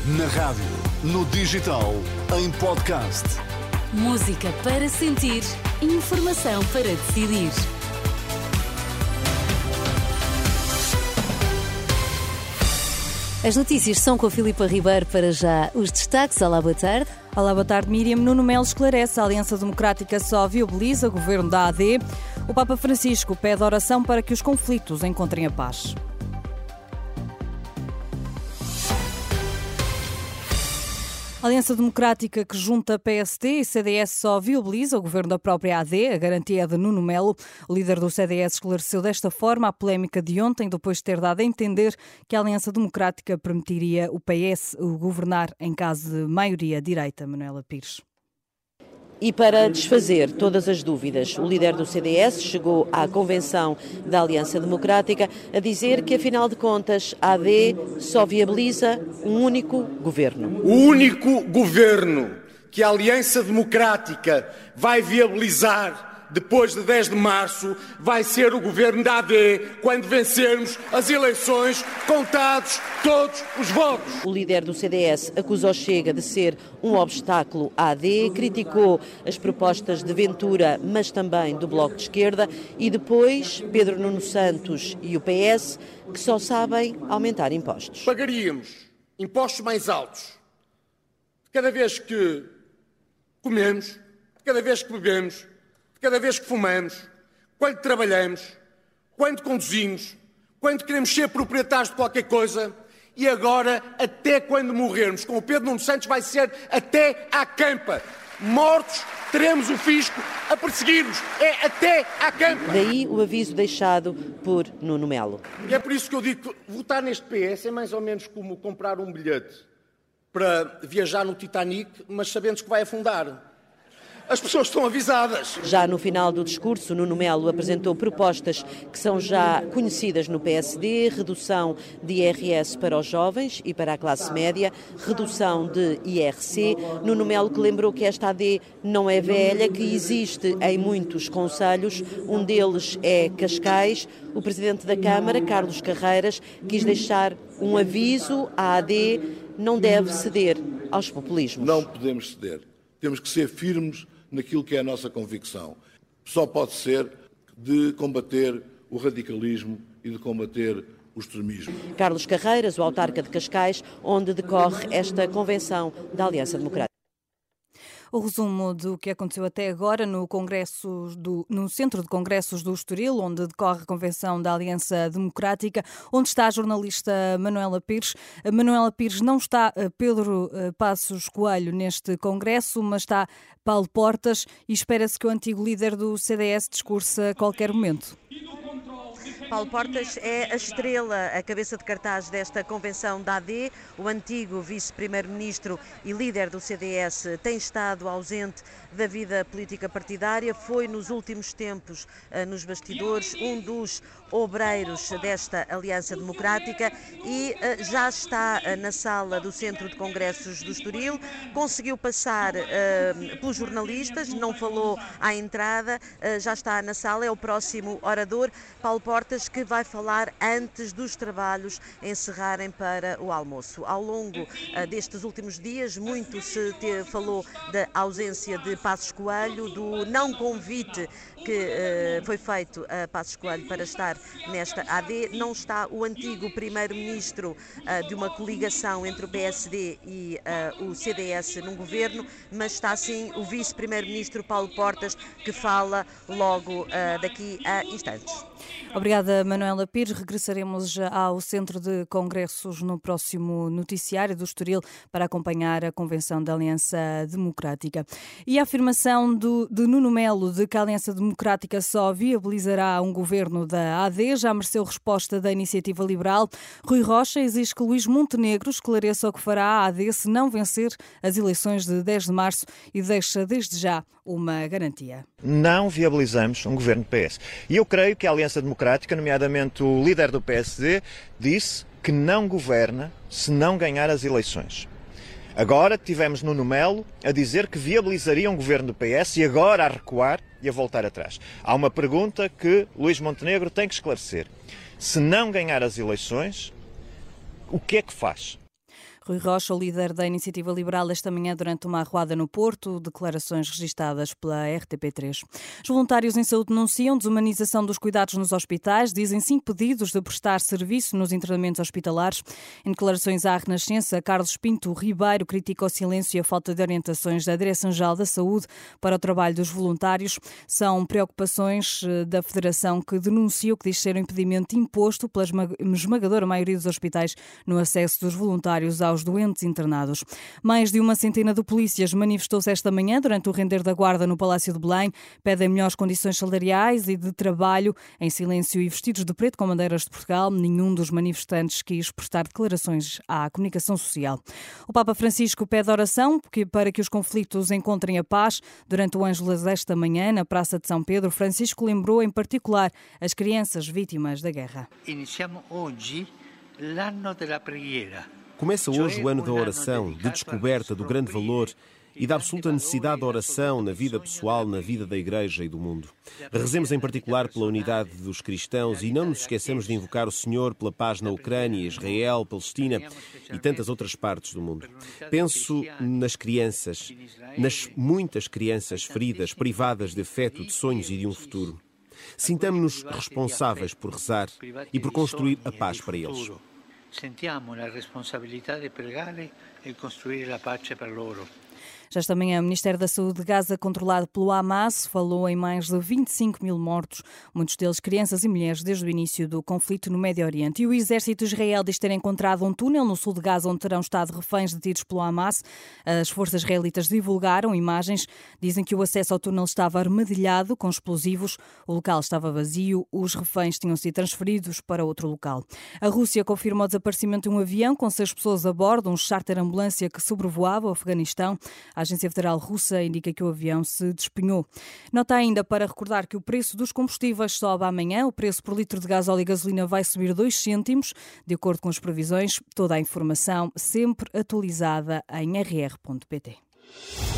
Na rádio, no digital, em podcast. Música para sentir, informação para decidir. As notícias são com a Filipa Ribeiro. Para já, os destaques. Olá, boa tarde. Olá, boa tarde, Miriam. Nuno Melo esclarece: a Aliança Democrática só viabiliza o governo da AD. O Papa Francisco pede oração para que os conflitos encontrem a paz. A Aliança Democrática, que junta PSD e CDS, só viabiliza o governo da própria AD. A garantia é de Nuno Melo. O líder do CDS esclareceu desta forma a polémica de ontem, depois de ter dado a entender que a Aliança Democrática permitiria o PS governar em caso de maioria direita. Manuela Pires. E para desfazer todas as dúvidas, o líder do CDS chegou à convenção da Aliança Democrática a dizer que, afinal de contas, a AD só viabiliza um único governo. O único governo que a Aliança Democrática vai viabilizar depois de 10 de março vai ser o governo da AD quando vencermos as eleições, contados todos os votos. O líder do CDS acusou Chega de ser um obstáculo à AD, criticou as propostas de Ventura, mas também do Bloco de Esquerda, e depois Pedro Nuno Santos e o PS, que só sabem aumentar impostos. Pagaríamos impostos mais altos cada vez que comemos, cada vez que bebemos, cada vez que fumamos, quando trabalhamos, quando conduzimos, quando queremos ser proprietários de qualquer coisa, e agora até quando morrermos. Com o Pedro Nuno Santos vai ser até à campa. Mortos, teremos o fisco a perseguir-nos. É até à campa. Daí o aviso deixado por Nuno Melo. E é por isso que eu digo que votar neste PS é mais ou menos como comprar um bilhete para viajar no Titanic, mas sabendo que vai afundar. As pessoas estão avisadas. Já no final do discurso, Nuno Melo apresentou propostas que são já conhecidas no PSD: redução de IRS para os jovens e para a classe média, redução de IRC. Nuno Melo que lembrou que esta AD não é velha, que existe em muitos concelhos, um deles é Cascais. O Presidente da Câmara, Carlos Carreiras, quis deixar um aviso: a AD não deve ceder aos populismos. Não podemos ceder. Temos que ser firmes naquilo que é a nossa convicção. Só pode ser de combater o radicalismo e de combater o extremismo. Carlos Carreiras, o autarca de Cascais, onde decorre esta convenção da Aliança Democrática. O resumo do que aconteceu até agora no Centro de Congressos do Estoril, onde decorre a convenção da Aliança Democrática, onde está a jornalista Manuela Pires. Manuela Pires, não está Pedro Passos Coelho neste congresso, mas está Paulo Portas, e espera-se que o antigo líder do CDS discursa a qualquer momento. Paulo Portas é a estrela, a cabeça de cartaz desta convenção da AD. O antigo vice-primeiro-ministro e líder do CDS tem estado ausente da vida política partidária. Foi nos últimos tempos, nos bastidores, um dos obreiros desta Aliança Democrática e já está na sala do Centro de Congressos do Estoril. Conseguiu passar pelos jornalistas, não falou à entrada, já está na sala, é o próximo orador, Paulo Portas, que vai falar antes dos trabalhos encerrarem para o almoço. Ao longo destes últimos dias, muito se falou da ausência de Passos Coelho, do não convite que foi feito a Passos Coelho para estar nesta AD. Não está o antigo primeiro-ministro de uma coligação entre o PSD e o CDS num governo, mas está sim o vice-primeiro-ministro Paulo Portas, que fala logo daqui a instantes. Obrigada, Manuela Pires. Regressaremos já ao Centro de Congressos no próximo noticiário do Estoril para acompanhar a convenção da Aliança Democrática. E a afirmação de Nuno Melo de que a Aliança Democrática só viabilizará um governo da AD já mereceu resposta da Iniciativa Liberal. Rui Rocha exige que Luís Montenegro esclareça o que fará a AD se não vencer as eleições de 10 de março e deixa desde já uma garantia. Não viabilizamos um governo PS. E eu creio que a Aliança Democrática, nomeadamente o líder do PSD, disse que não governa se não ganhar as eleições. Agora tivemos Nuno Melo a dizer que viabilizaria um governo do PS e agora a recuar e a voltar atrás. Há uma pergunta que Luís Montenegro tem que esclarecer. Se não ganhar as eleições, o que é que faz? Rui Rocha, o líder da Iniciativa Liberal, esta manhã durante uma arruada no Porto, declarações registadas pela RTP3. Os voluntários em saúde denunciam desumanização dos cuidados nos hospitais, dizem-se impedidos de prestar serviço nos internamentos hospitalares. Em declarações à Renascença, Carlos Pinto Ribeiro critica o silêncio e a falta de orientações da Direção-Geral da Saúde para o trabalho dos voluntários. São preocupações da Federação, que denuncia o que diz ser um impedimento imposto pela esmagadora maioria dos hospitais no acesso dos voluntários aos doentes internados. Mais de uma centena de polícias manifestou-se esta manhã durante o render da guarda no Palácio de Belém. Pedem melhores condições salariais e de trabalho. Em silêncio e vestidos de preto com bandeiras de Portugal, nenhum dos manifestantes quis prestar declarações à comunicação social. O Papa Francisco pede oração para que os conflitos encontrem a paz. Durante o Ângelus desta manhã, na Praça de São Pedro, Francisco lembrou em particular as crianças vítimas da guerra. Iniciamos hoje l'anno della preghiera. Começa hoje o ano da oração, de descoberta do grande valor e da absoluta necessidade da oração na vida pessoal, na vida da Igreja e do mundo. Rezemos em particular pela unidade dos cristãos e não nos esqueçamos de invocar o Senhor pela paz na Ucrânia, Israel, Palestina e tantas outras partes do mundo. Penso nas crianças, nas muitas crianças feridas, privadas de afeto, de sonhos e de um futuro. Sintamo-nos responsáveis por rezar e por construir a paz para eles. Sentiamo la responsabilità di pregare e costruire la pace per loro. Já esta manhã, o Ministério da Saúde de Gaza, controlado pelo Hamas, falou em mais de 25 mil mortos, muitos deles crianças e mulheres, desde o início do conflito no Médio Oriente. E o exército de Israel diz ter encontrado um túnel no sul de Gaza onde terão estado reféns detidos pelo Hamas. As forças israelitas divulgaram imagens, dizem que o acesso ao túnel estava armadilhado com explosivos, o local estava vazio, os reféns tinham sido transferidos para outro local. A Rússia confirma o desaparecimento de um avião com 6 pessoas a bordo, um charter-ambulância que sobrevoava o Afeganistão. A Agência Federal Russa indica que o avião se despenhou. Nota ainda para recordar que o preço dos combustíveis sobe amanhã. O preço por litro de gasóleo e gasolina vai subir 2 cêntimos, de acordo com as previsões. Toda a informação sempre atualizada em rr.pt.